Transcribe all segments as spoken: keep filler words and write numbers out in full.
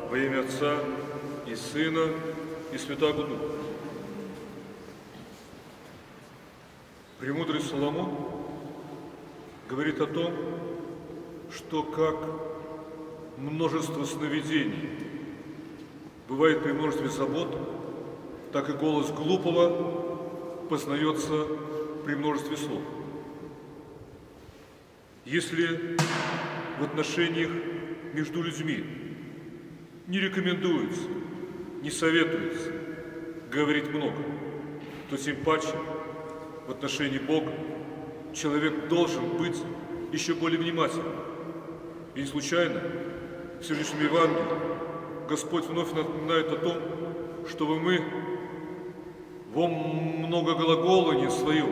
Во имя Отца и Сына и Святаго Духа. Премудрый Соломон говорит о том, что как множество сновидений бывает при множестве забот, так и голос глупого познается при множестве слов. Если в отношениях между людьми не рекомендуется, не советуется говорить много, то тем паче в отношении Бога человек должен быть еще более внимательным. И не случайно в сегодняшнем Евангелии Господь вновь напоминает о том, чтобы мы во многоглаголании своем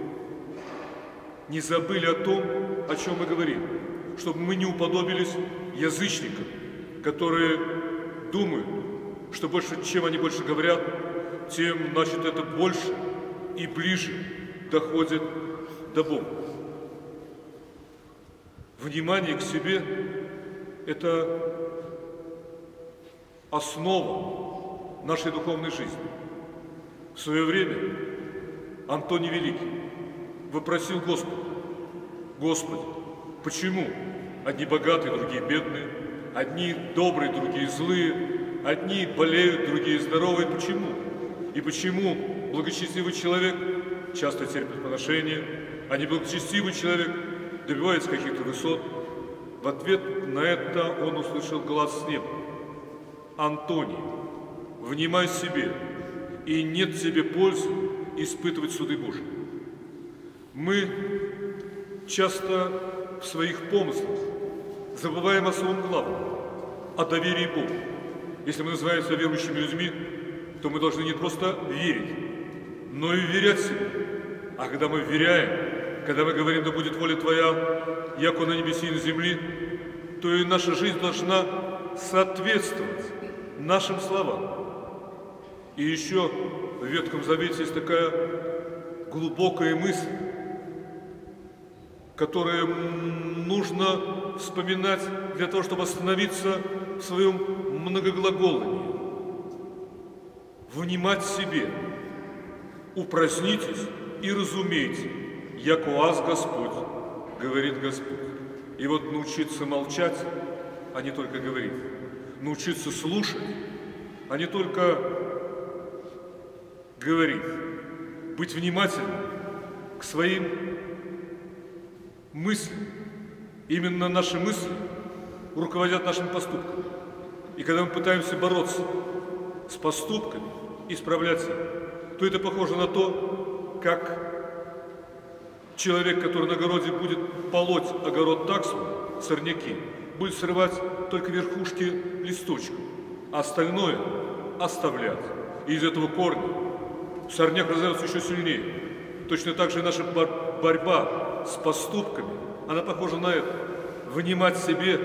не забыли о том, о чем мы говорим, чтобы мы не уподобились язычникам, которые думают, что больше, чем они больше говорят, тем, значит, это больше и ближе доходит до Бога. Внимание к себе – это основа нашей духовной жизни. В свое время Антоний Великий вопросил Господа: Господи, почему одни богатые, другие бедные, одни добрые, другие злые, одни болеют, другие здоровые? Почему? И почему благочестивый человек часто терпит поношение, а неблагочестивый человек добивается каких-то высот? В ответ на это он услышал глаз с неба: Антоний, внимай себе, и нет тебе пользы испытывать суды Божьи. Мы часто в своих помыслах забываем о самом главном, о доверии Богу. Если мы называемся верующими людьми, то мы должны не просто верить, но и верять себе. А когда мы веряем, когда мы говорим: да будет воля Твоя, яко на небеси и на земли, то и наша жизнь должна соответствовать нашим словам. И еще в Ветхом Завете есть такая глубокая мысль, которую нужно вспоминать для того, чтобы остановиться в своем многоглаголании. Внимать себе, упразднитесь и разумейте, яко аз Господь, говорит Господь. И вот научиться молчать, а не только говорить, научиться слушать, а не только говорить, быть внимательным к своим мыслям. Именно наши мысли руководят нашими поступками. И когда мы пытаемся бороться с поступками и справляться, то это похоже на то, как человек, который на огороде будет полоть огород так, сорняки, будет срывать только верхушки листочков, а остальное оставлять. И из этого корня сорняк разовьется еще сильнее. Точно так же и наша борьба с поступками, она похожа на это. Внимать себе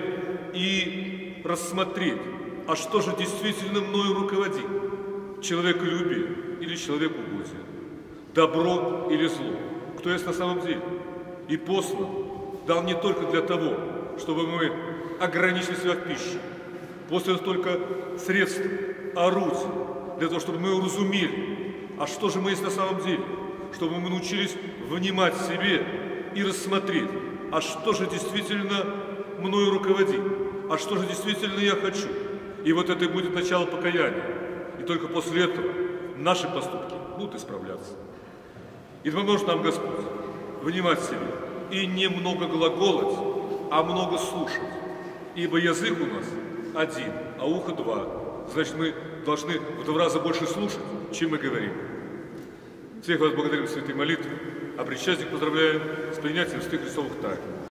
и рассмотреть, а что же действительно мною руководит? Человеколюбие или человекоугодие? Добро или зло? Кто есть на самом деле? И послан дал не только для того, чтобы мы ограничили себя в пище. Послан только средств, орудий, для того, чтобы мы уразумели, а что же мы есть на самом деле? Чтобы мы научились внимать себе и рассмотреть, а что же действительно мною руководит, а что же действительно я хочу. И вот это и будет начало покаяния. И только после этого наши поступки будут исправляться. И поможет нам Господь внимать себе и не много глаголать, а много слушать. Ибо язык у нас один, а ухо два. Значит, мы должны в два раза больше слушать, чем мы говорим. Всех вас благодарим в святой молитве, а причастник поздравляем с принятием святых Христовых тайн.